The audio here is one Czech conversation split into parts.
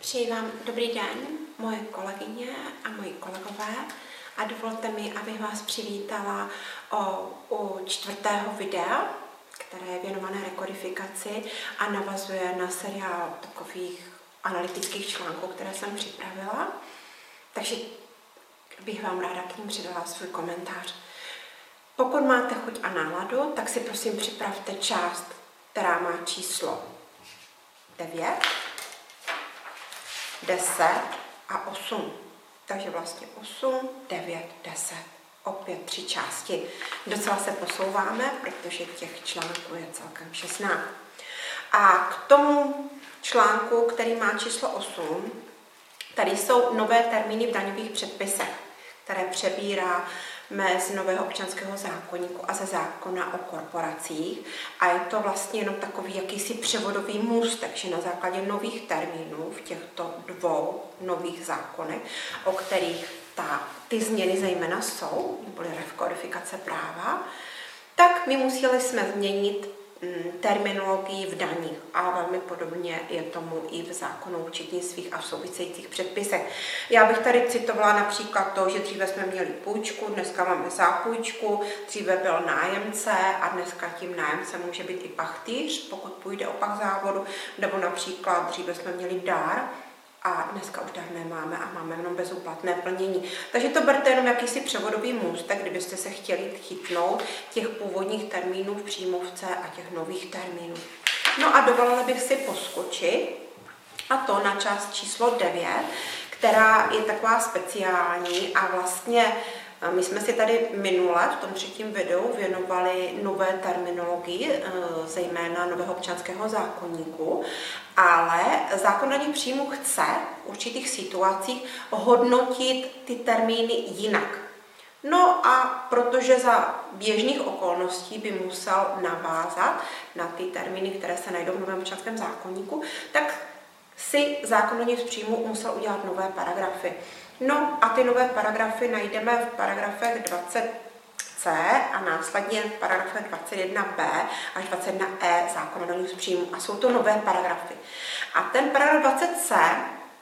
Přeji vám dobrý den, moje kolegyně a moji kolegové, a dovolte mi, abych vás přivítala u čtvrtého videa, které je věnované rekodifikaci a navazuje na seriál takových analytických článků, které jsem připravila. Takže bych vám ráda k ním přidala svůj komentář. Pokud máte chuť a náladu, tak si prosím připravte část, která má číslo 9, 10 a 8. Takže vlastně 8, 9, 10. Opět 3 části. Docela se posouváme, protože těch článků je celkem 16. A k tomu článku, který má číslo 8, tady jsou nové termíny v daňových předpisech, které přebíráme z nového občanského zákoníku a ze zákona o korporacích. A je to vlastně jenom takový jakýsi převodový můstek, že na základě nových termínů v těchto dvou nových zákonech, o kterých ty změny zejména jsou, neboli rekodifikace práva, tak my museli jsme změnit terminologii v daních a velmi podobně je tomu i v zákonu o účetnictví a v souvisejících předpisech. Já bych tady citovala například to, že dříve jsme měli půjčku, dneska máme zápůjčku, dříve byl nájemce a dneska tím nájemcem může být i pachtýř, pokud půjde o pak závodu, nebo například dříve jsme měli dar, a dneska už dar nemáme a máme jenom bezúplatné plnění. Takže to berte jenom jakýsi převodový můstek, kdybyste se chtěli chytnout těch původních termínů v příjmovce a těch nových termínů. No a dovolila bych si poskočit, a to na část číslo 9, která je taková speciální a vlastně my jsme si tady minule v tom třetím videu věnovali nové terminologii, zejména nového občanského zákoníku, ale zákon daní příjmu chce v určitých situacích hodnotit ty termíny jinak. No a protože za běžných okolností by musel navázat na ty termíny, které se najdou v novém občanském zákoníku, tak si zákon daní z příjmu musel udělat nové paragrafy. No a ty nové paragrafy najdeme v paragrafech 20c a následně v paragrafech 21b až 21e zákona daní z příjmu. A jsou to nové paragrafy. A ten paragraf 20c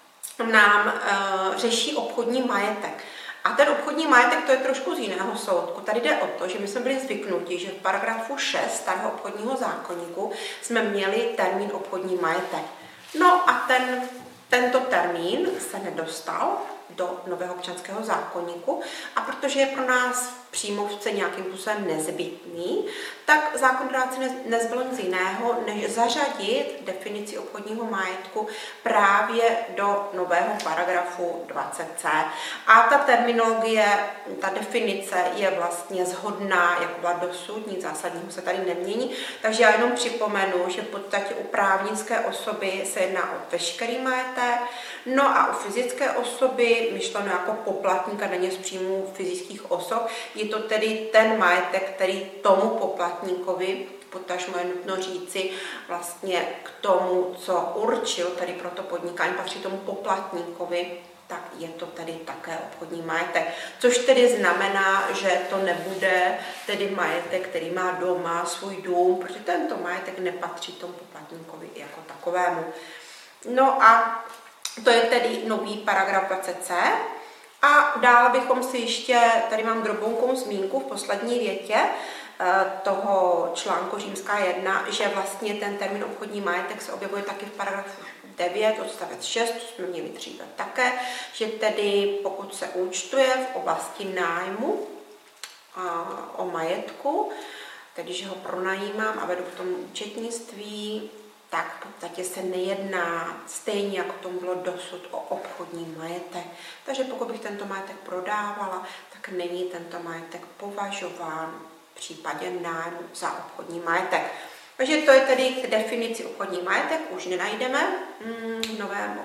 nám řeší obchodní majetek. A ten obchodní majetek, to je trošku z jiného soudku. Tady jde o to, že my jsme byli zvyknutí, že v paragrafu 6 starého obchodního zákoníku jsme měli termín obchodní majetek. No a tento termín se nedostal do nového občanského zákoníku a protože je pro nás v příjmovce nějakým způsobem nezbytný, tak zákonodárci nezbylo nic jiného, než zařadit definici obchodního majetku právě do nového paragrafu 20c. A ta terminologie, ta definice je vlastně shodná, jako byla dosud, nic zásadního se tady nemění. Takže já jenom připomenu, že v podstatě u právnické osoby se jedná o veškerý majetek, no a u fyzické osoby, myšleno jako poplatníka daně z příjmu fyzických osob, je to tedy ten majetek, který tomu poplatníkovi, potažmo je nutno říci, vlastně k tomu, co určil tedy pro to podnikání, patří tomu poplatníkovi, tak je to tedy také obchodní majetek. Což tedy znamená, že to nebude tedy majetek, který má doma svůj dům, protože tento majetek nepatří tomu poplatníkovi jako takovému. No a to je tedy nový paragraf 20c. A dále bychom si ještě, tady mám drobnou zmínku v poslední větě toho článku římská 1, že vlastně ten termín obchodní majetek se objevuje taky v paragrafu 9, odstavec 6, to jsme měli dříve také, že tedy pokud se účtuje v oblasti nájmu o majetku, tedy že ho pronajímám a vedu k tomu účetnictví, tak v podstatě se nejedná stejně, jako tomu bylo dosud, o obchodní majetek. Takže pokud bych tento majetek prodávala, tak není tento majetek považován v případě nájmu za obchodní majetek. Takže to je tedy k definici obchodní majetek, už nenajdeme v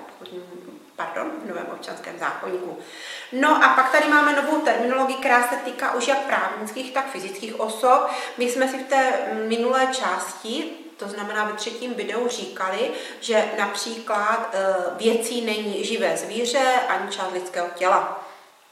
novém občanském zákoníku. No a pak tady máme novou terminologii, která se týká už jak právnických, tak fyzických osob. My jsme si v té minulé části, to znamená ve třetím videu, říkali, že například věcí není živé zvíře ani část lidského těla.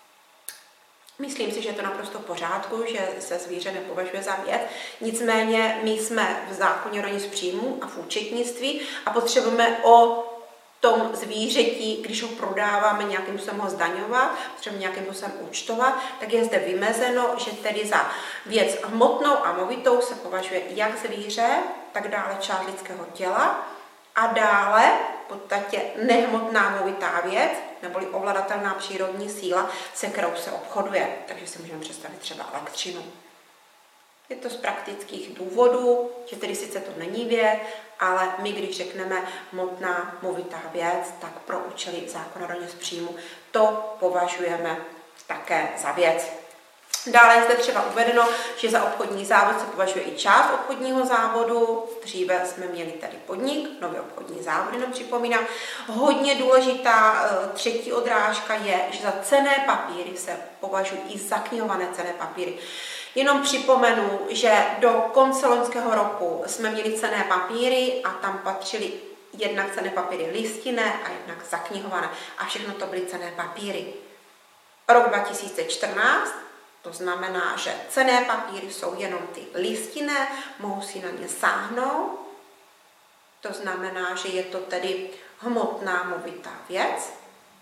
Myslím si, že je to naprosto v pořádku, že se zvíře nepovažuje za věc. Nicméně my jsme v zákoně o dani z příjmu a v účetnictví a potřebujeme o tom zvířeti, když ho prodáváme, nějakým způsobem ho zdaňovat, třeba nějakým způsobem účtovat, tak je zde vymezeno, že tedy za věc hmotnou a movitou se považuje jak zvíře, tak dále část lidského těla a dále v podstatě nehmotná movitá věc, neboli ovladatelná přírodní síla, se kterou se obchoduje. Takže si můžeme představit třeba elektřinu. Je to z praktických důvodů, že tedy sice to není věc, ale my, když řekneme hmotná movitá věc, tak pro účely zákona daně z příjmu to považujeme také za věc. Dále je zde třeba uvedeno, že za obchodní závod se považuje i část obchodního závodu. Dříve jsme měli tady podnik, nový obchodní závod, jenom připomínám. Hodně důležitá třetí odrážka je, že za cenné papíry se považují i zaknihované cenné papíry. Jenom připomenu, že do konce loňského roku jsme měli cenné papíry a tam patřily jednak cenné papíry listinné a jednak zaknihované. A všechno to byly cenné papíry. Rok 2014, to znamená, že cenné papíry jsou jenom ty listinné, mohou si na ně sáhnout. To znamená, že je to tedy hmotná movitá věc.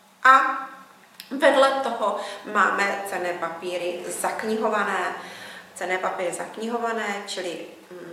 A vedle toho máme cenné papíry zaknihované. Cenné papíry zaknihované, čili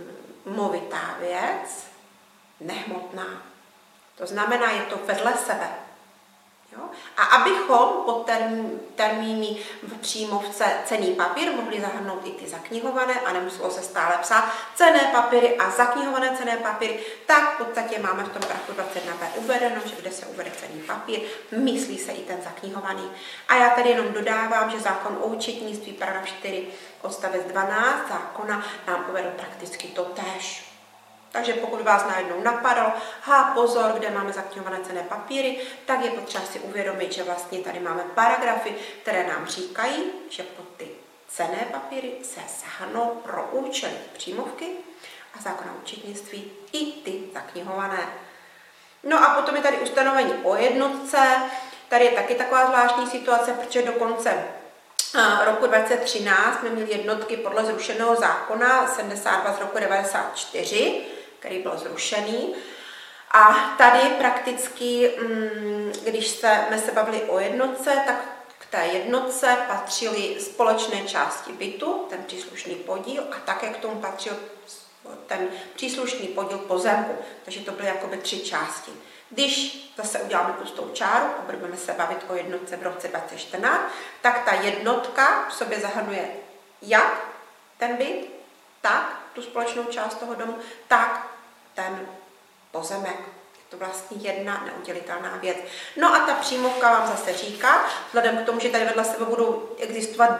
movitá věc, nehmotná. To znamená, je to vedle sebe. Jo? A abychom pod termíny v příjmovce cenný papír mohli zahrnout i ty zaknihované a nemuselo se stále psát cenné papíry a zaknihované cenné papíry, tak v podstatě máme v tom paragrafu 21b uvedeno, že kde se uvede cenný papír, myslí se i ten zaknihovaný. A já tady jenom dodávám, že zákon o účetnictví paragraf 4 odstavec 12 zákona nám uvedl prakticky totéž. Takže pokud vás najednou napadlo, pozor, kde máme zaknihované cenné papíry, tak je potřeba si uvědomit, že vlastně tady máme paragrafy, které nám říkají, že pod ty cenné papíry se zahrnou pro účely příjmovky a zákona o účetnictví i ty zaknihované. No a potom je tady ustanovení o jednotce. Tady je taky taková zvláštní situace, protože do konce roku 2013 jsme měli jednotky podle zrušeného zákona 72 z roku 94, který byl zrušený. A tady prakticky, když jsme se bavili o jednotce, tak k té jednotce patřily společné části bytu, ten příslušný podíl, a také k tomu patřil ten příslušný podíl pozemku. Takže to byly jakoby 3 části. Když zase uděláme tlustou čáru a budeme se bavit o jednotce v roce 2014, tak ta jednotka v sobě zahrnuje jak ten byt, tak tu společnou část toho domu, tak ten pozemek. Je to vlastně jedna neudělitelná věc. No a ta příjmovka vám zase říká, vzhledem k tomu, že tady vedle sebe budou existovat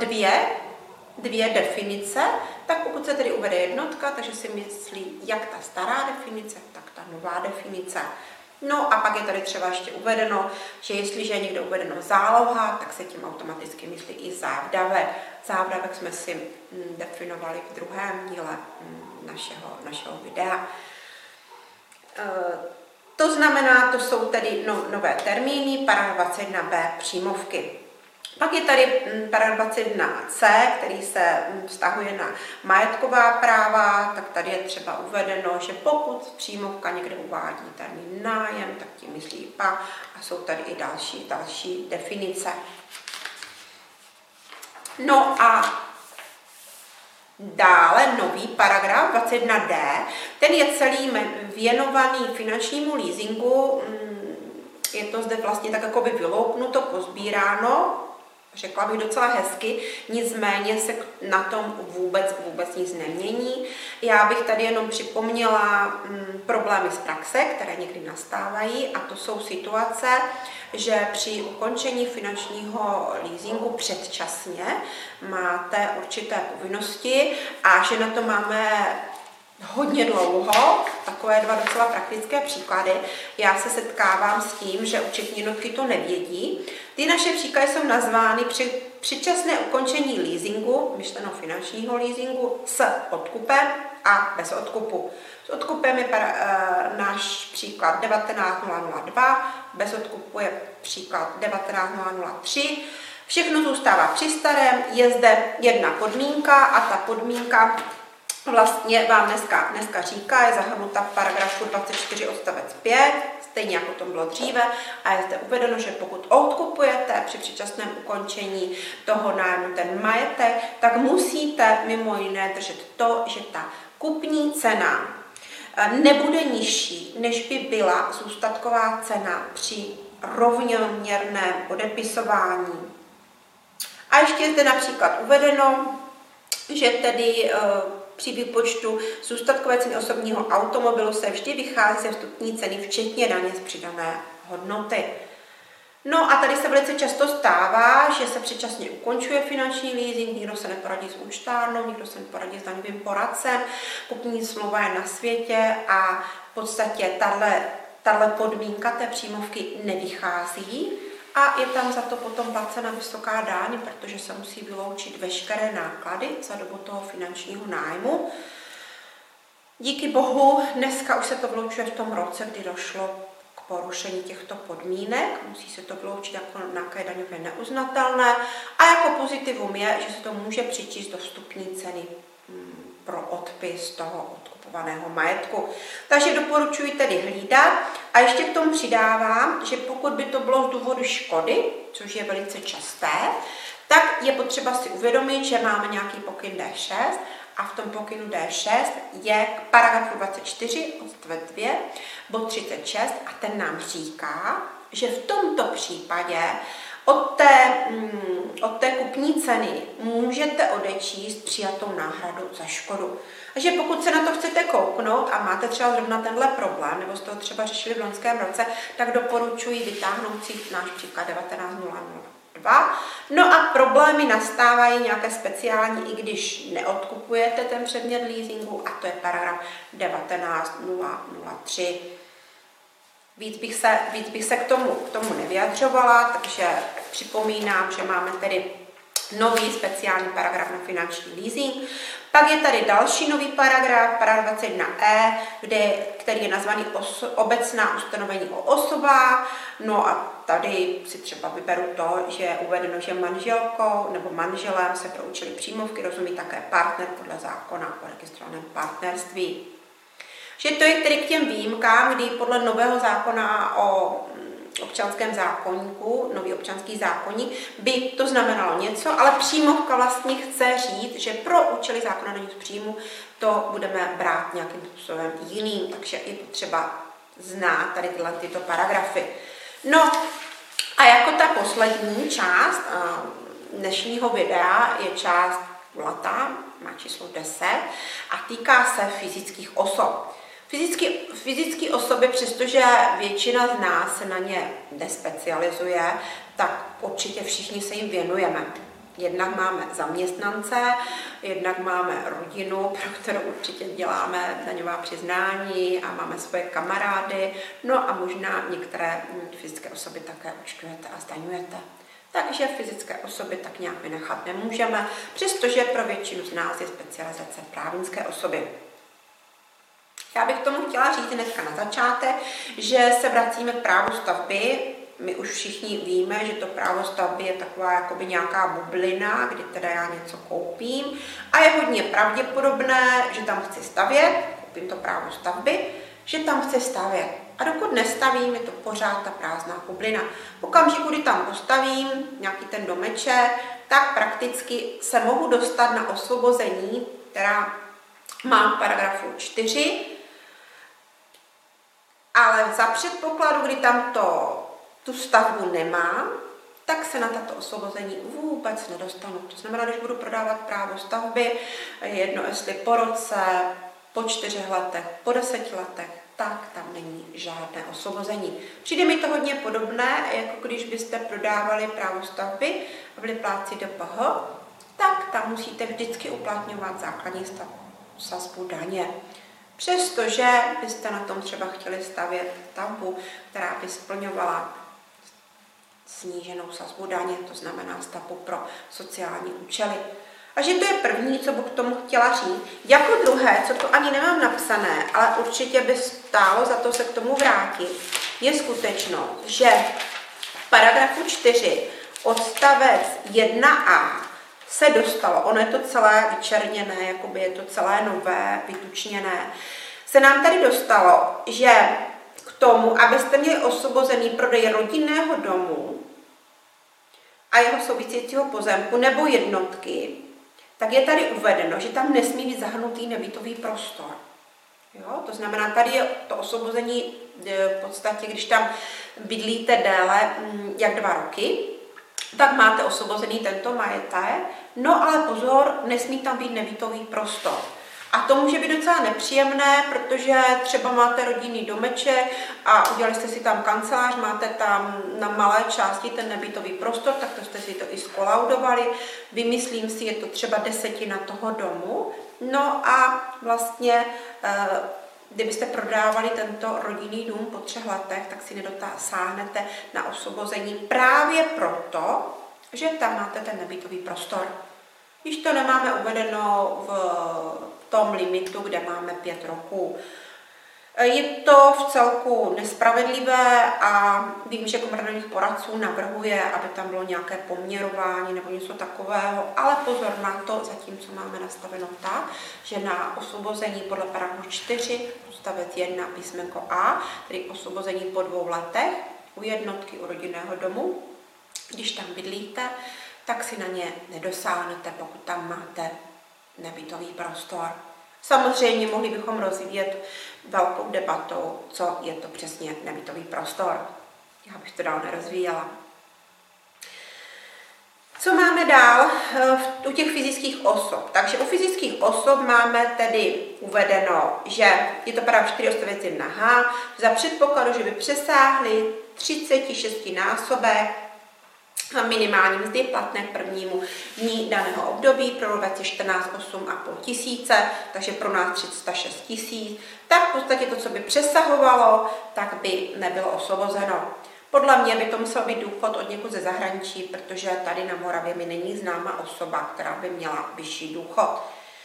dvě definice, tak pokud se tedy uvede jednotka, takže si myslí jak ta stará definice, tak ta nová definice. No a pak je tady třeba ještě uvedeno, že jestliže je někde uvedeno záloha, tak se tím automaticky myslí i závdavek. Závdavek jsme si definovali v druhém díle našeho videa. To znamená, to jsou tedy nové termíny, paragraf 21b příjmovky. Pak je tady paragraf 21c, který se vztahuje na majetková práva, tak tady je třeba uvedeno, že pokud příjmovka někde uvádí termín nájem, tak tím myslí PA a jsou tady i další definice. No a dále nový paragraf 21d, ten je celý věnovaný finančnímu leasingu, je to zde vlastně tak jako by vyloupnuto, pozbíráno, řekla bych docela hezky, nicméně se na tom vůbec nic nemění. Já bych tady jenom připomněla problémy z praxe, které někdy nastávají, a to jsou situace, že při ukončení finančního leasingu předčasně máte určité povinnosti a že na to máme hodně dlouho, takové 2 docela praktické příklady. Já se setkávám s tím, že účetní jednotky to nevědí. Ty naše příklady jsou nazvány předčasné ukončení leasingu, myšleno finančního leasingu, s odkupem a bez odkupu. S odkupem je náš příklad 19.002, bez odkupu je příklad 19.003. Všechno zůstává při starém, je zde jedna podmínka a ta podmínka vlastně vám dneska říká, je zahrnuta v paragrafu 24 odstavec 5, stejně jako to bylo dříve, a je zde uvedeno, že pokud odkupujete při předčasném ukončení toho nájmu ten majetek, tak musíte mimo jiné držet to, že ta kupní cena nebude nižší, než by byla zůstatková cena při rovnoměrném odepisování. A ještě je zde například uvedeno, že tedy při výpočtu zůstatkové ceny osobního automobilu se vždy vychází ze vstupní ceny, včetně daně z přidané hodnoty. No a tady se velice často stává, že se předčasně ukončuje finanční leasing, nikdo se neporadí s účtárnou, nikdo se neporadí s daňovým poradcem, kupní smlouva je na světě a v podstatě tahle podmínka té příjmovky nevychází a je tam za to potom placena vysoká daň, protože se musí vyloučit veškeré náklady za dobu toho finančního nájmu. Díky bohu, dneska už se to vyloučuje v tom roce, kdy došlo k porušení těchto podmínek, musí se to vyloučit jako nějaké daňově neuznatelné a jako pozitivum je, že se to může přičíst do vstupní ceny pro odpis toho odkupovaného majetku. Takže doporučuji tedy hlídat a ještě k tomu přidávám, že pokud by to bylo z důvodu škody, což je velice časté, tak je potřeba si uvědomit, že máme nějaký pokyn D6 a v tom pokynu D6 je k paragrafu 24 odstavec 2 bod 36 a ten nám říká, že v tomto případě od té kupní ceny můžete odečíst přijatou náhradu za škodu. Takže pokud se na to chcete kouknout a máte třeba zrovna tenhle problém, nebo jste ho třeba řešili v loňském roce, tak doporučuji vytáhnout si náš příklad 19.002. No a problémy nastávají nějaké speciální, i když neodkupujete ten předmět leasingu, a to je paragraf 19.003. Víc bych se k tomu nevyjadřovala, takže připomínám, že máme tedy nový speciální paragraf na finanční leasing. Pak je tady další nový paragraf 21e, který je nazvaný obecná ustanovení o osobách. No a tady si třeba vyberu to, že je uvedeno, že manželkou nebo manželem se pro účely příjmovky rozumí také partner podle zákona o registrovaném partnerství. Že to je tedy k těm výjimkám, kdy podle nového zákona o občanském zákoníku, nový občanský zákoník, by to znamenalo něco, ale příjmovka vlastně chce říct, že pro účely zákona daně z příjmu to budeme brát nějakým způsobem jiným, takže je potřeba znát tady tyto paragrafy. No a jako ta poslední část dnešního videa je část kulatá, má číslo 10 a týká se fyzických osob. Fyzické osoby, přestože většina z nás se na ně nespecializuje, tak určitě všichni se jim věnujeme. Jednak máme zaměstnance, jednak máme rodinu, pro kterou určitě děláme daňová přiznání a máme svoje kamarády, no a možná některé fyzické osoby také účtujete a zdaňujete. Takže fyzické osoby tak nějak vynechat nemůžeme, přestože pro většinu z nás je specializace právnické osoby. Já bych tomu chtěla říct hnedka na začátek, že se vracíme k právu stavby. My už všichni víme, že to právo stavby je taková jakoby nějaká bublina, kdy teda já něco koupím a je hodně pravděpodobné, že tam chci stavět, koupím to právo stavby, že tam chci stavět. A dokud nestavím, je to pořád ta prázdná bublina. V okamžiku, kdy tam postavím nějaký ten domeček, tak prakticky se mohu dostat na osvobození, která má v paragrafu 4, ale za předpokladu, kdy tam tu stavbu nemám, tak se na tato osvobození vůbec nedostanu. To znamená, když budu prodávat právo stavby, jedno jestli po roce, po 4 letech, po 10 letech, tak tam není žádné osvobození. Přijde mi to hodně podobné, jako když byste prodávali právo stavby a byli plátci DPH, tak tam musíte vždycky uplatňovat základní sazbu daně. Přestože byste na tom třeba chtěli stavět stavbu, která by splňovala sníženou sazbu daně, to znamená stavbu pro sociální účely. A že to je první, co bych k tomu chtěla říct. Jako druhé, co to ani nemám napsané, ale určitě by stálo za to se k tomu vrátit, je skutečnost, že v paragrafu 4 odstavec 1a se dostalo, ono je to celé vyčerněné, jakoby je to celé nové, vytučněné, se nám tady dostalo, že k tomu, abyste měli osvobozený prodej rodinného domu a jeho souvisejícího pozemku nebo jednotky, tak je tady uvedeno, že tam nesmí být zahrnutý nebytový prostor. Jo? To znamená, tady je to osvobození v podstatě, když tam bydlíte déle jak 2 roky, tak máte osvobozený tento majetek, no ale pozor, nesmí tam být nebytový prostor. A to může být docela nepříjemné, protože třeba máte rodinný domeček a udělali jste si tam kancelář, máte tam na malé části ten nebytový prostor, tak to jste si to i skolaudovali. Vymyslím si, je to třeba 10 toho domu. No a vlastně, kdybyste prodávali tento rodinný dům po 3 letech, tak si nedosáhnete na osvobození právě proto, že tam máte ten nebytový prostor. Když to nemáme uvedeno v tom limitu, kde máme 5 roků. Je to v celku nespravedlivé a vím, že Komora daňových poradců navrhuje, aby tam bylo nějaké poměrování nebo něco takového, ale pozor na to, zatímco máme nastaveno tak, že na osvobození podle paragrafu 4, odstavec 1 písmenko A, tedy osvobození po 2 letech u jednotky u rodinného domu, když tam bydlíte, tak si na ně nedosáhnete, pokud tam máte nebytový prostor. Samozřejmě mohli bychom rozvíjet velkou debatou, co je to přesně nebytový prostor. Já bych to dál nerozvíjela. Co máme dál u těch fyzických osob? Takže u fyzických osob máme tedy uvedeno, že je to paragraf 4 odstavec 1h, za předpokladu, že by přesáhli 36násobek minimální mzdy platné k prvnímu dní daného období, pro roce 14 8,5 tisíce, takže pro nás 306 000, tak v podstatě to, co by přesahovalo, tak by nebylo osvobozeno. Podle mě by to musel být důchod od někud ze zahraničí, protože tady na Moravě mi není známa osoba, která by měla vyšší důchod.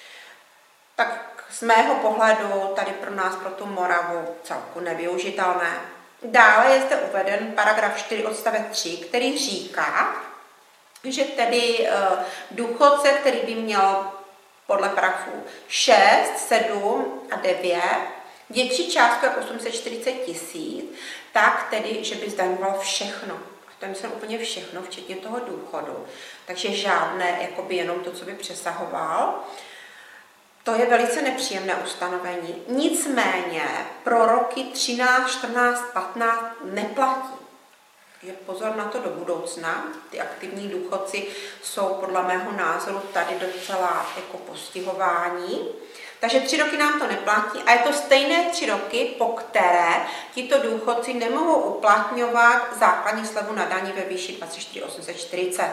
Tak z mého pohledu tady pro nás, pro tu Moravu, celku nevyužitelné. Dále je zde uveden paragraf 4 odstavec 3, který říká, že tedy důchodce, který by měl podle paragrafů 6, 7 a 9 větší částku jak 840 000, tak tedy, že by zdaňoval všechno. A to je myslím úplně všechno, včetně toho důchodu. Takže žádné, jakoby jenom to, co by přesahoval. To je velice nepříjemné ustanovení. Nicméně pro roky 13, 14, 15 neplatí. Je pozor na to do budoucna. Ty aktivní důchodci jsou podle mého názoru tady docela jako postihování. Takže 3 roky nám to neplatí a je to stejné 3 roky, po které tito důchodci nemohou uplatňovat základní slevu na daní ve výši 24 840.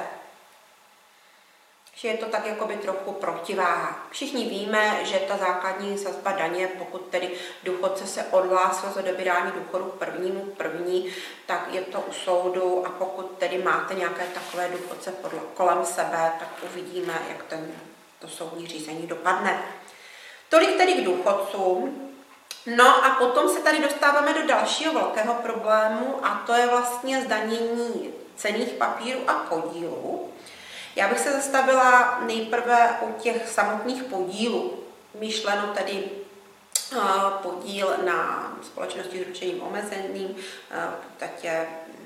Že je to tak jakoby trochu protiváha. Všichni víme, že ta základní sazba daně, pokud tedy důchodce se odhlásil z odebírání důchodu k 1.1., tak je to u soudu a pokud tedy máte nějaké takové důchodce kolem sebe, tak uvidíme, jak to soudní řízení dopadne. Tolik tedy k důchodcům. No a potom se tady dostáváme do dalšího velkého problému a to je vlastně zdanění cenných papírů a podílů. Já bych se zastavila nejprve u těch samotných podílů. Myšleno tedy podíl na společnosti s ručením omezeným, v podstatě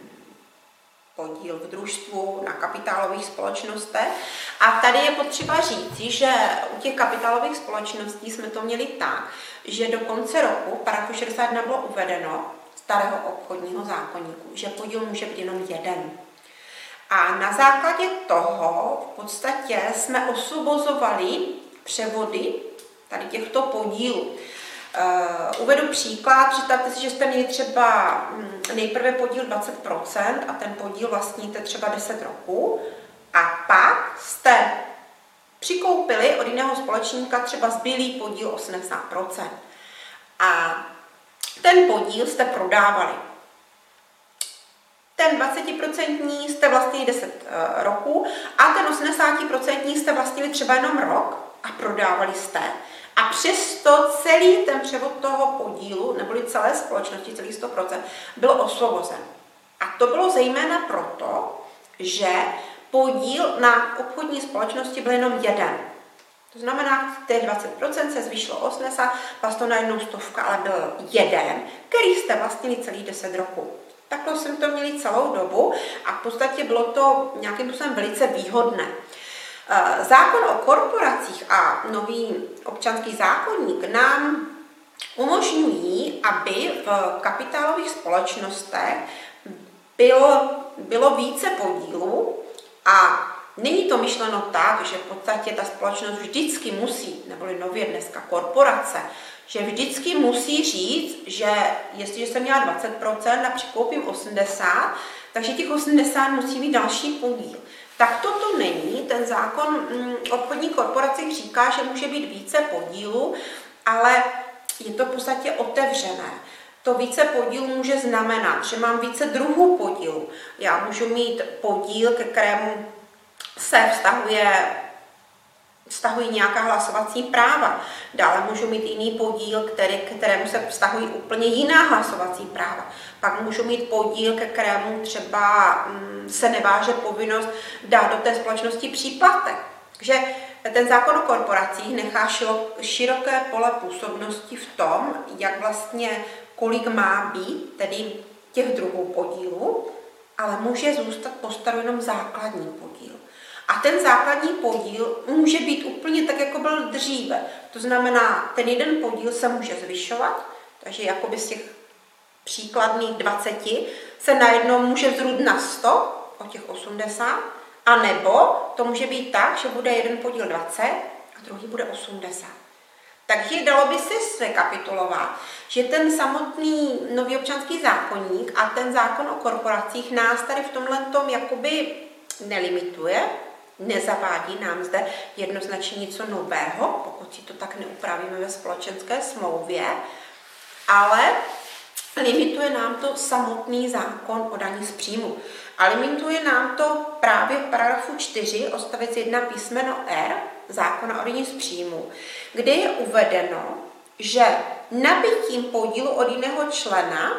podíl v družstvu, na kapitálových společnostech. A tady je potřeba říci, že u těch kapitálových společností jsme to měli tak, že do konce roku, v paragrafu 61 bylo uvedeno starého obchodního zákoníku, že podíl může být jenom jeden. A na základě toho v podstatě jsme osvobozovali převody tady těchto podílů. Uvedu příklad, představte si, že jste měli třeba nejprve podíl 20% a ten podíl vlastníte třeba 10 roků a pak jste přikoupili od jiného společníka třeba zbylý podíl 80%. A ten podíl jste prodávali. Ten 20% jste vlastnili 10 roků a ten 80% jste vlastnili třeba jenom rok a prodávali jste. A přesto celý ten převod toho podílu, neboli celé společnosti, celý 100%, byl osvobozen. A to bylo zejména proto, že podíl na obchodní společnosti byl jenom jeden. To znamená, těch 20% se zvýšilo 80, vás to najednou 100, ale byl jeden, který jste vlastnili celý 10 roků. Takhle jsem to měli celou dobu a v podstatě bylo to nějakým způsobem velice výhodné. Zákon o korporacích a nový občanský zákoník nám umožňují, aby v kapitálových společnostech bylo více podílů a není to myšleno tak, že v podstatě ta společnost vždycky musí, neboli nově dneska korporace, že vždycky musí říct, že jestliže jsem měla 20% a přikoupím 80%, takže těch 80 musí mít další podíl. Tak toto není. Ten zákon obchodní korporacích říká, že může být více podílů, ale je to v podstatě otevřené. To více podíl může znamenat, že mám více druhů podílu. Já můžu mít podíl, ke kterému se vztahují nějaká hlasovací práva. Dále můžu mít jiný podíl, kterému se vztahují úplně jiná hlasovací práva. Pak můžu mít podíl, ke kterému třeba se neváže povinnost dát do té společnosti příplatek. Takže ten zákon o korporacích nechá široké pole působnosti v tom, jak vlastně kolik má být, tedy těch druhů podílů, ale může zůstat postaven jenom základní podíl. A ten základní podíl může být úplně tak, jako byl dříve. To znamená, ten jeden podíl se může zvyšovat, takže jakoby z těch příkladných 20 se najednou může vzrůst na 100 o těch 80, a nebo to může být tak, že bude jeden podíl 20 a druhý bude 80. Takže dalo by se zrekapitulovat, že ten samotný nový občanský zákoník a ten zákon o korporacích nás tady v tomhle tom jakoby nelimituje, nezavádí nám zde jednoznačně něco nového, pokud si to tak neupravíme ve společenské smlouvě, ale limituje nám to samotný zákon o dani z příjmu. A limituje nám to právě v paragrafu 4, odstavec 1 písmeno R, zákona o dani z příjmu, kde je uvedeno, že nabytím podílu od jiného člena,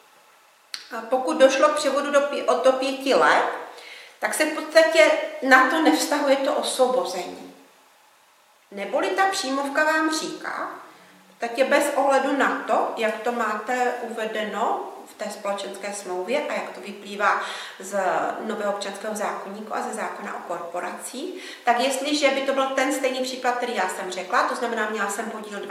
pokud došlo k převodu do 5 let, tak se v podstatě na to nevztahuje to osvobození. Neboli ta příjmovka vám říká, tak je bez ohledu na to, jak to máte uvedeno v té společenské smlouvě a jak to vyplývá z nového občanského zákoníku a ze zákona o korporacích, tak jestliže by to byl ten stejný příklad, který já jsem řekla, to znamená, měla jsem podíl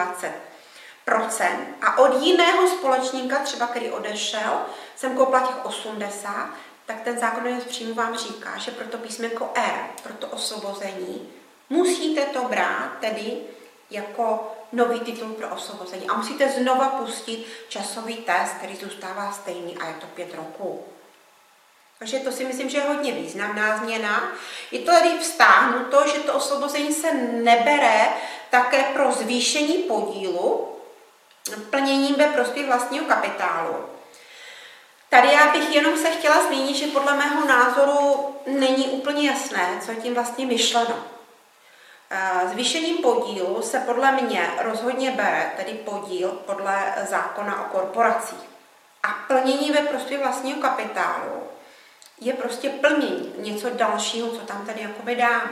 20% a od jiného společníka, třeba který odešel, jsem koupila těch 80, tak ten zákon z příjmu vám říká, že pro to písmenko R, pro to osvobození, musíte to brát tedy jako nový titul pro osvobození. A musíte znova pustit časový test, který zůstává stejný a je to 5 roků. Takže to si myslím, že je hodně významná změna. Je to tady vztáhnuto, že to osvobození se nebere také pro zvýšení podílu plněním ve prospěch vlastního kapitálu. Tady já bych jenom se chtěla zmínit, že podle mého názoru není úplně jasné, co je tím vlastně myšleno. Zvýšením podílu se podle mě rozhodně bere, tedy podíl podle zákona o korporacích. A plnění ve prospěch vlastního kapitálu je prostě plnění, něco dalšího, co tam tady jakoby dám.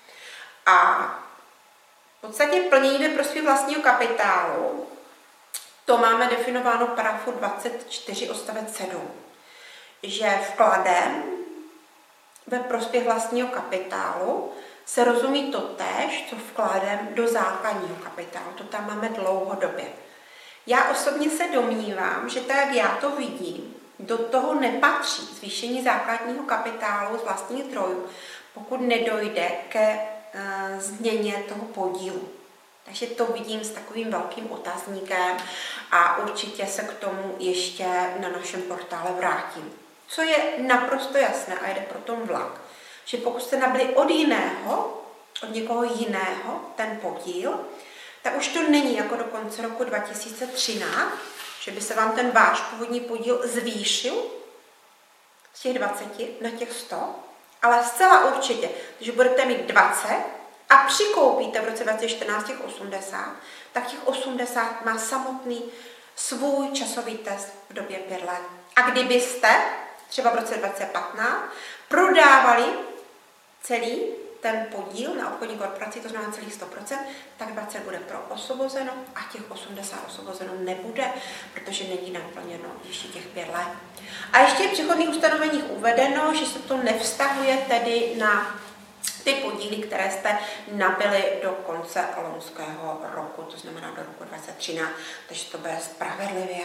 A v podstatě plnění ve prospěch vlastního kapitálu, to máme definováno v paragrafu 24 odstavec 7, že vkladem ve prospěch vlastního kapitálu se rozumí totéž, co vkladem do základního kapitálu. To tam máme dlouhodobě. Já osobně se domnívám, že tak, jak já to vidím, do toho nepatří zvýšení základního kapitálu z vlastních zdrojů, pokud nedojde ke změně toho podílu. Takže to vidím s takovým velkým otazníkem a určitě se k tomu ještě na našem portále vrátím. Co je naprosto jasné a jde pro tom vlak, že pokud jste nabili od někoho jiného ten podíl, tak už to není jako do konce roku 2013, že by se vám ten váš původní podíl zvýšil z těch 20 na těch 100, ale zcela určitě, když budete mít 20 a přikoupíte v roce 2014 těch 80, tak těch 80 má samotný svůj časový test v době 5 let. A kdybyste třeba v roce 2015 prodávali celý ten podíl na obchodní korporaci, to znamená celých 100%, tak 20 bude pro osvobozeno a těch 80 osvobozeno nebude, protože není naplněno ještě těch 5 let. A ještě v přechodných ustanoveních uvedeno, že se to nevztahuje tedy na ty podíly, které jste nabili do konce loňského roku, to znamená do roku 2013, takže to bude spravedlivě.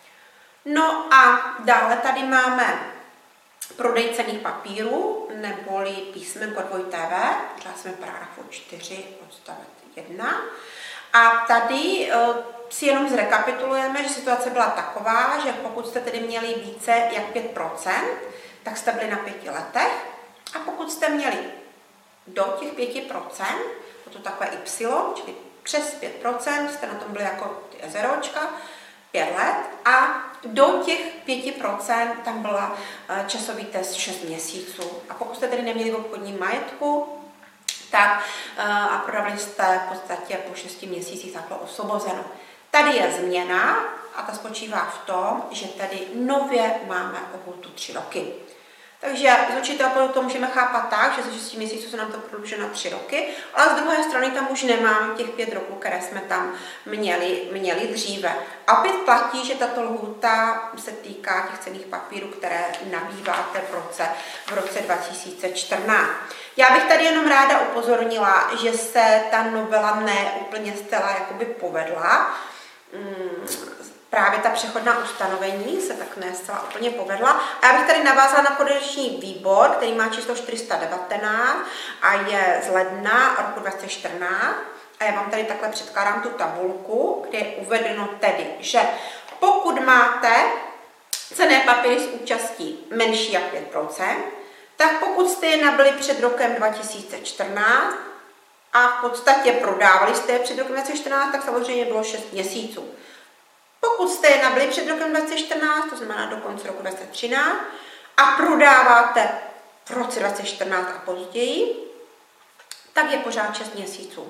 No a dále tady máme prodej cenných papírů, neboli písmenko 2TV, pořád jsme v paragrafu 4 odstavec 1. A tady si jenom zrekapitulujeme, že situace byla taková, že pokud jste tedy měli více jak 5%, tak jste byli na 5 letech. A pokud jste měli do těch 5%, to takové Y, čili přes 5%, jste na tom byli jako ty ezeročka, 5 let a do těch 5% tam byla časový test 6 měsíců. A pokud jste tedy neměli v obchodním majetku, tak a prodali jste v podstatě po 6 měsících, tak bylo osvobozeno. Tady je změna a ta spočívá v tom, že tady nově máme lhůtu 3 roky. Takže z určitého pohledu to můžeme chápat tak, že ze 6 měsíců se nám to prodlužuje na 3 roky, ale z druhé strany tam už nemáme těch 5 roků, které jsme tam měli dříve. A opět platí, že tato lhůta se týká těch cenných papírů, které nabýváte v roce 2014. Já bych tady jenom ráda upozornila, že se ta novela ne úplně zcela jakoby povedla. Právě ta přechodná ustanovení se tak ne zcela úplně povedla. A já bych tady navázala na koordinační výbor, který má číslo 419 a je z ledna roku 2014. A já vám tady takhle předkládám tu tabulku, kde je uvedeno tedy, že pokud máte cenné papíry s účastí menší jak 5%, tak pokud jste je nabili před rokem 2014 a v podstatě prodávali jste je před rokem 2014, tak samozřejmě bylo 6 měsíců. Pokud jste je nabili před rokem 2014, to znamená do konce roku 2013, a prodáváte v roce 2014 a později, tak je pořád 6 měsíců.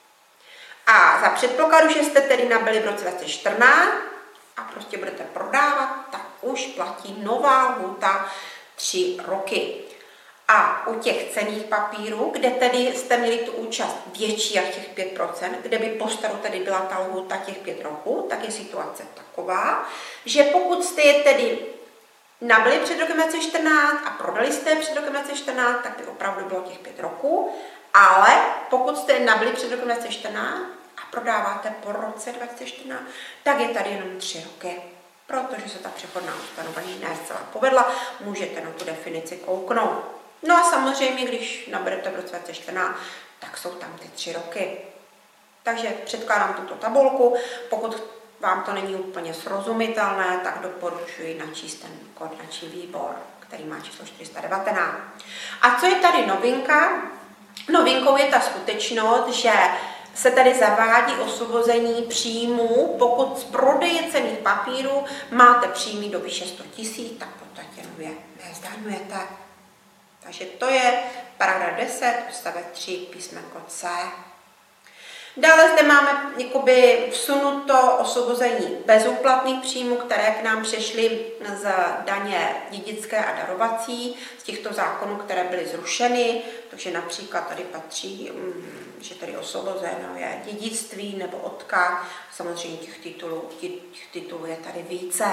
A za předpokladu, že jste tedy nabili v roce 2014 a prostě budete prodávat, tak už platí nová lhůta 3 roky. A u těch cenných papírů, kde tedy jste měli tu účast větší jak těch 5%, kde by po staru tedy byla ta lhůta těch 5 roků, tak je situace taková, že pokud jste je tedy nabili před rokem 2014 a prodali jste je před rokem 2014, tak by opravdu bylo těch 5 roků, ale pokud jste je nabili před rokem 2014 a prodáváte po roce 2014, tak je tady jenom 3 roky. Protože se ta přechodná ustanovení ne zcela povedla, můžete na tu definici kouknout. No a samozřejmě, když naberete v roce 2014, tak jsou tam ty 3 roky. Takže předkládám tuto tabulku. Pokud vám to není úplně srozumitelné, tak doporučuji načíst ten koordinační výbor, který má číslo 419. A co je tady novinka? Novinkou je ta skutečnost, že se tady zavádí osvobození příjmů, pokud z prodeje cenných papírů máte příjmy do výše 100 000, tak v podstatě nově nezdaňujete. Takže to je paragraf 10, odstavec 3, písmenko C. Dále zde máme jakoby vsunuto osvobození bezúplatných příjmů, které k nám přešly z daně dědické a darovací, z těchto zákonů, které byly zrušeny. Takže například tady patří, že tady osvobozeno je dědictví nebo odkaz. Samozřejmě těch titulů je tady více.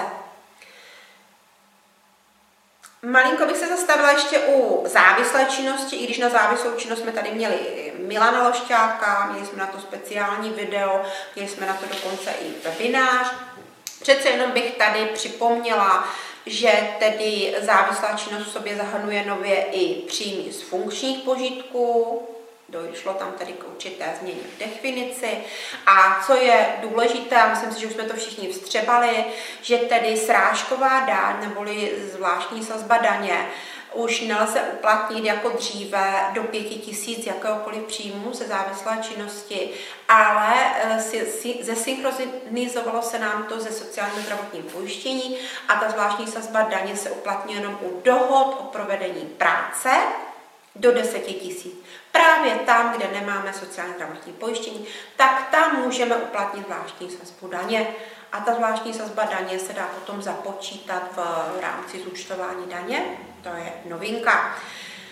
Malinko bych se zastavila ještě u závislé činnosti, i když na závislou činnost jsme tady měli Milana Lošťáka, měli jsme na to speciální video, měli jsme na to dokonce i webinář. Přece jenom bych tady připomněla, že tedy závislá činnost v sobě zahrnuje nově i příjmy z funkčních požitků, došlo tam tedy k určité změně v definici. A co je důležité, a myslím si, že už jsme to všichni vstřebali, že tedy srážková daň neboli zvláštní sazba daně už nelze uplatnit jako dříve do 5 000 jakéhokoliv příjmu ze závislé činnosti, ale zesynchronizovalo se nám to ze sociálního zdravotním pojištění a ta zvláštní sazba daně se uplatňuje jenom u dohod o provedení práce do 10 000. Právě tam, kde nemáme sociální zdravotní pojištění, tak tam můžeme uplatnit zvláštní sazbu daně. A ta zvláštní sazba daně se dá potom započítat v rámci zúčtování daně. To je novinka.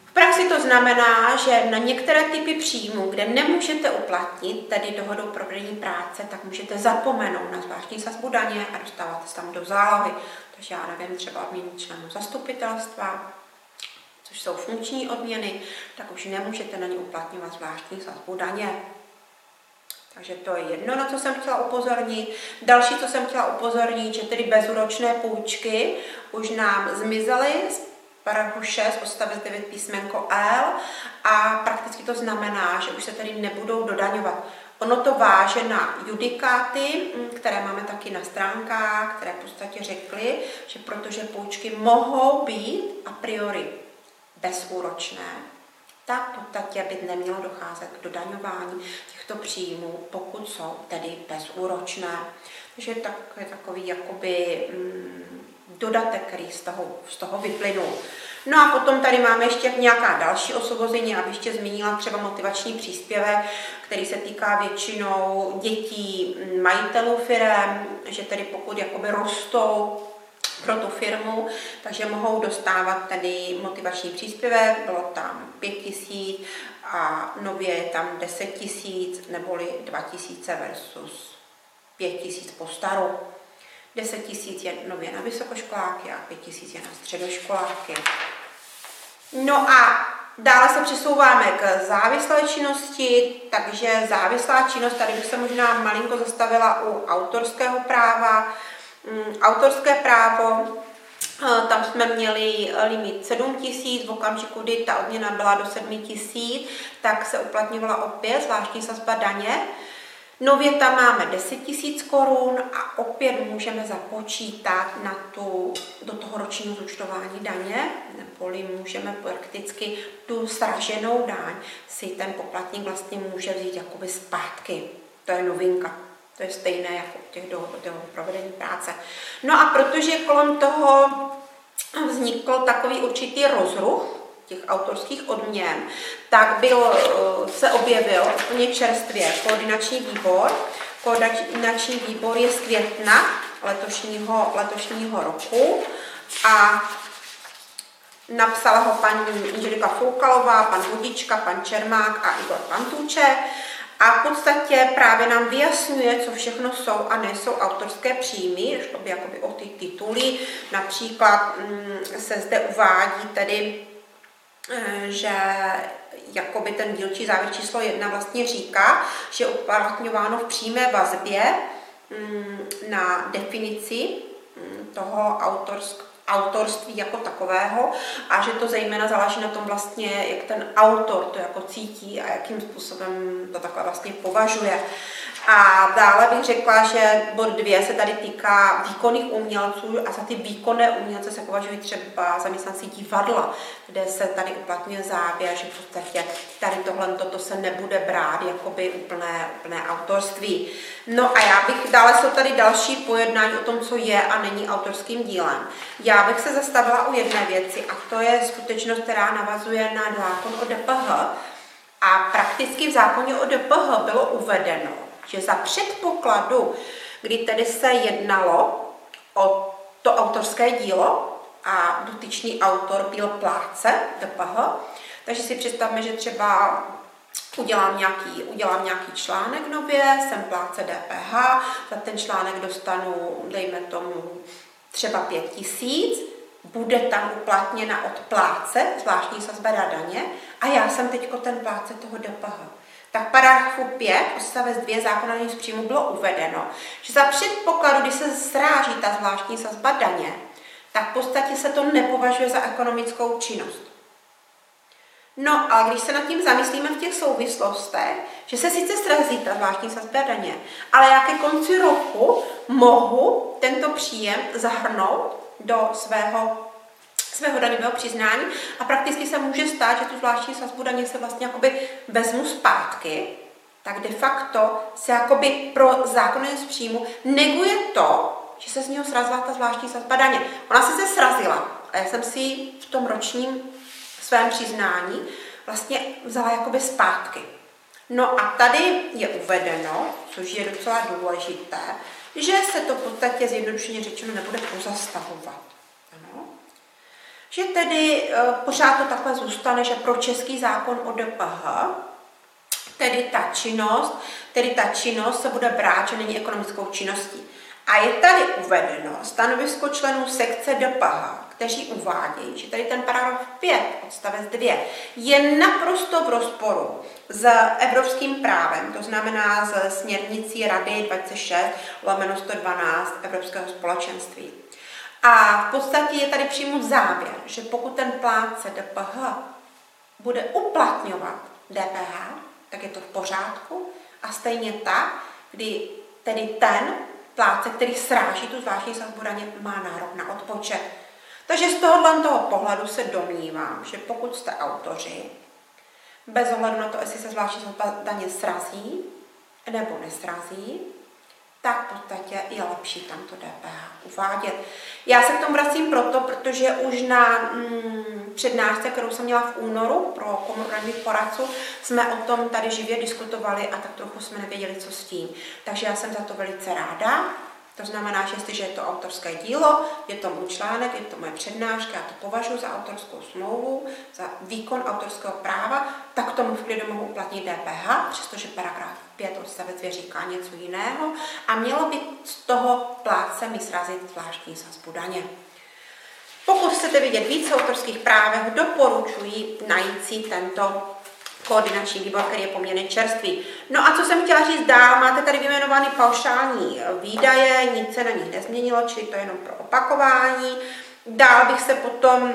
V praxi to znamená, že na některé typy příjmů, kde nemůžete uplatnit tedy dohodu o provedení práce, tak můžete zapomenout na zvláštní sazbu daně a dostáváte se tam do zálohy. Takže já nevím, třeba odměny členů zastupitelstva, což jsou funkční odměny, tak už nemůžete na ně uplatňovat zvláštní sazbu daně. Takže to je jedno, na co jsem chtěla upozornit. Další, co jsem chtěla upozornit, že tedy bezúročné půjčky už nám zmizely z paragrafu 6, odstavec 9 písmenko L a prakticky to znamená, že už se tedy nebudou dodaňovat. Ono to váže na judikáty, které máme taky na stránkách, které v podstatě řekly, že protože půjčky mohou být a priori bezúročné, tak v podstatě by nemělo docházet k dodaňování těchto příjmů, pokud jsou tedy bezúročné. Takže je takový jakoby dodatek, který z toho vyplynul. No a potom tady máme ještě nějaká další osvobození, abych ještě zmínila třeba motivační příspěvek, který se týká většinou dětí majitelů firem, že tedy pokud jakoby rostou pro tu firmu, takže mohou dostávat tady motivační příspěvek, bylo tam 5 000 a nově je tam 10 000, neboli 2 000 versus 5 000 po staru. 10 000 je nově na vysokoškoláky a 5 000 je na středoškoláky. No a dále se přesouváme k závislé činnosti, takže závislá činnost, tady bych se možná malinko zastavila u autorského práva. Autorské právo, tam jsme měli limit 7 000, v okamžiku, kdy ta odměna byla do 7 000, tak se uplatňovala opět zvláštní sazba daně. Nově tam máme 10 000 korun a opět můžeme započítat do toho ročního zúčtování daně, neboli můžeme prakticky tu sraženou daň si ten poplatník vlastně může vzít jakoby zpátky. To je novinka. To je stejné jako u těch dohod o provedení práce. No a protože kolem toho vznikl takový určitý rozruch těch autorských odměn, tak se objevil úplně čerstvě koordinační výbor. Koordinační výbor je z května letošního roku a napsala ho paní inženýrka Foukalová, pan Budička, pan Čermák a Igor Pantůček. A v podstatě právě nám vyjasňuje, co všechno jsou a nejsou autorské příjmy, šlo by jakoby o ty tituly. Například se zde uvádí tedy, že jakoby ten dílčí závěr číslo 1 vlastně říká, že je uplatňováno v přímé vazbě na definici toho autorství jako takového a že to zejména záleží na tom vlastně, jak ten autor to jako cítí a jakým způsobem to takhle vlastně považuje. A dále bych řekla, že bod 2 se tady týká výkonných umělců a za ty výkonné umělce se považují třeba zaměstnanci divadla, kde se tady uplatňuje závěr, že v podstatě tady toto se nebude brát jakoby úplné autorství. No a dále jsou tady další pojednání o tom, co je a není autorským dílem. Já bych se zastavila u jedné věci a to je skutečnost, která navazuje na zákon o DPH. A prakticky v zákoně o DPH bylo uvedeno, že za předpokladu, kdy tedy se jednalo o to autorské dílo a dotyčný autor byl plátce DPH, takže si představme, že třeba udělám nějaký článek nově, jsem plátce DPH, za ten článek dostanu, dejme tomu, třeba 5 000, bude tam uplatněna od plátce zvláštní sazba daně a já jsem teďko ten plátce toho DPH. Tak v paragrafu 5, odstavec 2 zákona z příjmu bylo uvedeno, že za předpokladu, když se sráží ta zvláštní sazba daně, tak v podstatě se to nepovažuje za ekonomickou činnost. No a když se nad tím zamyslíme v těch souvislostech, že se sice srazí ta zvláštní sazba daně, ale já ke konci roku mohu tento příjem zahrnout do svého daňového přiznání a prakticky se může stát, že tu zvláštní sazbu daně se vlastně jakoby vezmu zpátky, tak de facto se jakoby pro zákon z příjmu neguje to, že se z něho srazila ta zvláštní sazba daně. Ona se srazila a já jsem si ji v tom ročním svém přiznání vlastně vzala jakoby zpátky. No a tady je uvedeno, což je docela důležité, že se to v podstatě zjednodušeně řečeno nebude pozastavovat. Ano. že tedy pořád to takhle zůstane, že pro český zákon o DPH, tedy ta činnost se bude brát, že není ekonomickou činností. A je tady uvedeno stanovisko členů sekce DPH, kteří uvádějí, že tady ten paragraf 5 odstavec 2 je naprosto v rozporu s evropským právem, to znamená s směrnicí Rady 26/112 Evropského společenství. A v podstatě je tady přijmut závěr, že pokud ten plátce DPH bude uplatňovat DPH, tak je to v pořádku a stejně tak, kdy tedy ten plátce, který sráží tu zvláštní sazbu daně, má nárok na odpočet. Takže z toho pohledu se domnívám, že pokud jste autoři, bez ohledu na to, jestli se zvláštní sazba daně srazí nebo nesrazí, tak v podstatě je lepší tamto DPH uvádět. Já se k tomu vracím proto, protože už na přednášce, kterou jsem měla v únoru pro Komoru daňových poradců, jsme o tom tady živě diskutovali a tak trochu jsme nevěděli, co s tím. Takže já jsem za to velice ráda. To znamená, že jestliže je to autorské dílo, je to můj článek, je to moje přednáška, já to považuji za autorskou smlouvu, za výkon autorského práva, tak k tomu v klidu mohu uplatnit DPH, přestože paragraf 5 odstavec 2 říká něco jiného a mělo by z toho plátce mi srazit zvláštní sazbu daně. Pokud chcete vidět více o autorských právech, doporučuji najít si tento koordinační výbor, který je poměrně čerstvý. No a co jsem chtěla říct dál, máte tady vyjmenovaný paušální výdaje, nic se na nich nezměnilo, čili to je jenom pro opakování. Dál bych se potom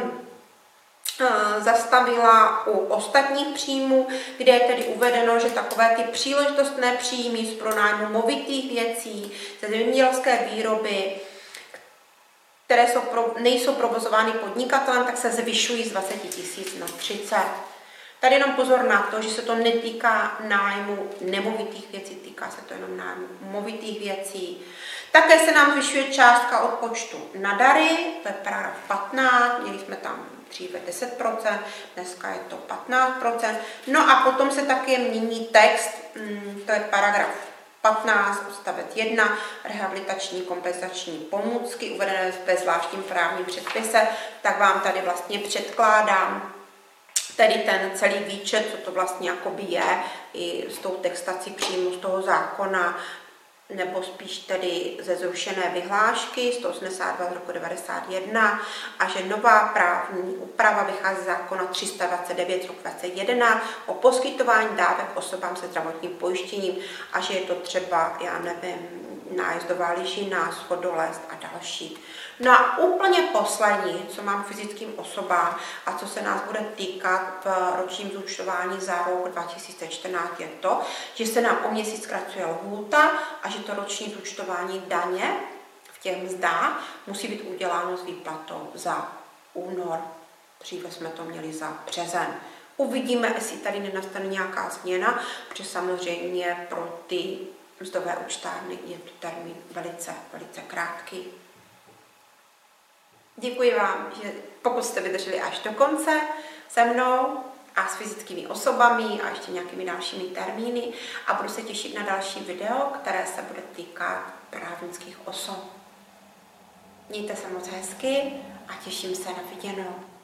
zastavila u ostatních příjmů, kde je tedy uvedeno, že takové ty příležitostné příjmy z pronájmu movitých věcí, ze zemědělské výroby, které nejsou provozovány podnikatelem, tak se zvyšují z 20 000 na 30 000. Tady jenom pozor na to, že se to netýká nájmu nemovitých věcí, týká se to jenom nájmu movitých věcí. Také se nám zvyšuje částka odpočtu na dary, to je paragraf 15, měli jsme tam dříve 10%, dneska je to 15%. No a potom se také mění text, to je paragraf 15, odstavec 1, rehabilitační kompenzační pomůcky uvedené ve zvláštním právním předpise, tak vám tady vlastně předkládám tedy ten celý výčet, co to vlastně jakoby je, i s tou textací příjmu z toho zákona, nebo spíš tedy ze zrušené vyhlášky 182 z roku 1991 a že nová právní úprava vychází z zákona 329 z roku 2021 o poskytování dávek osobám se zdravotním pojištěním a že je to třeba, já nevím, nájezdová lyžina, schodolez a další. No a úplně poslední, co mám k fyzickým osobám a co se nás bude týkat v ročním zúčtování za rok 2014 je to, že se nám o měsíc zkracuje lhůta a že to roční zúčtování daně v těch mzdách musí být uděláno s výplatou za únor. Dříve jsme to měli za březen. Uvidíme, jestli tady nenastane nějaká změna, protože samozřejmě pro ty mzdové účtárny je to termín velice, velice krátký. Děkuji vám, že pokud jste vydrželi až do konce se mnou a s fyzickými osobami a ještě nějakými dalšími termíny a budu se těšit na další video, které se bude týkat právnických osob. Mějte se moc hezky a těším se na viděnou.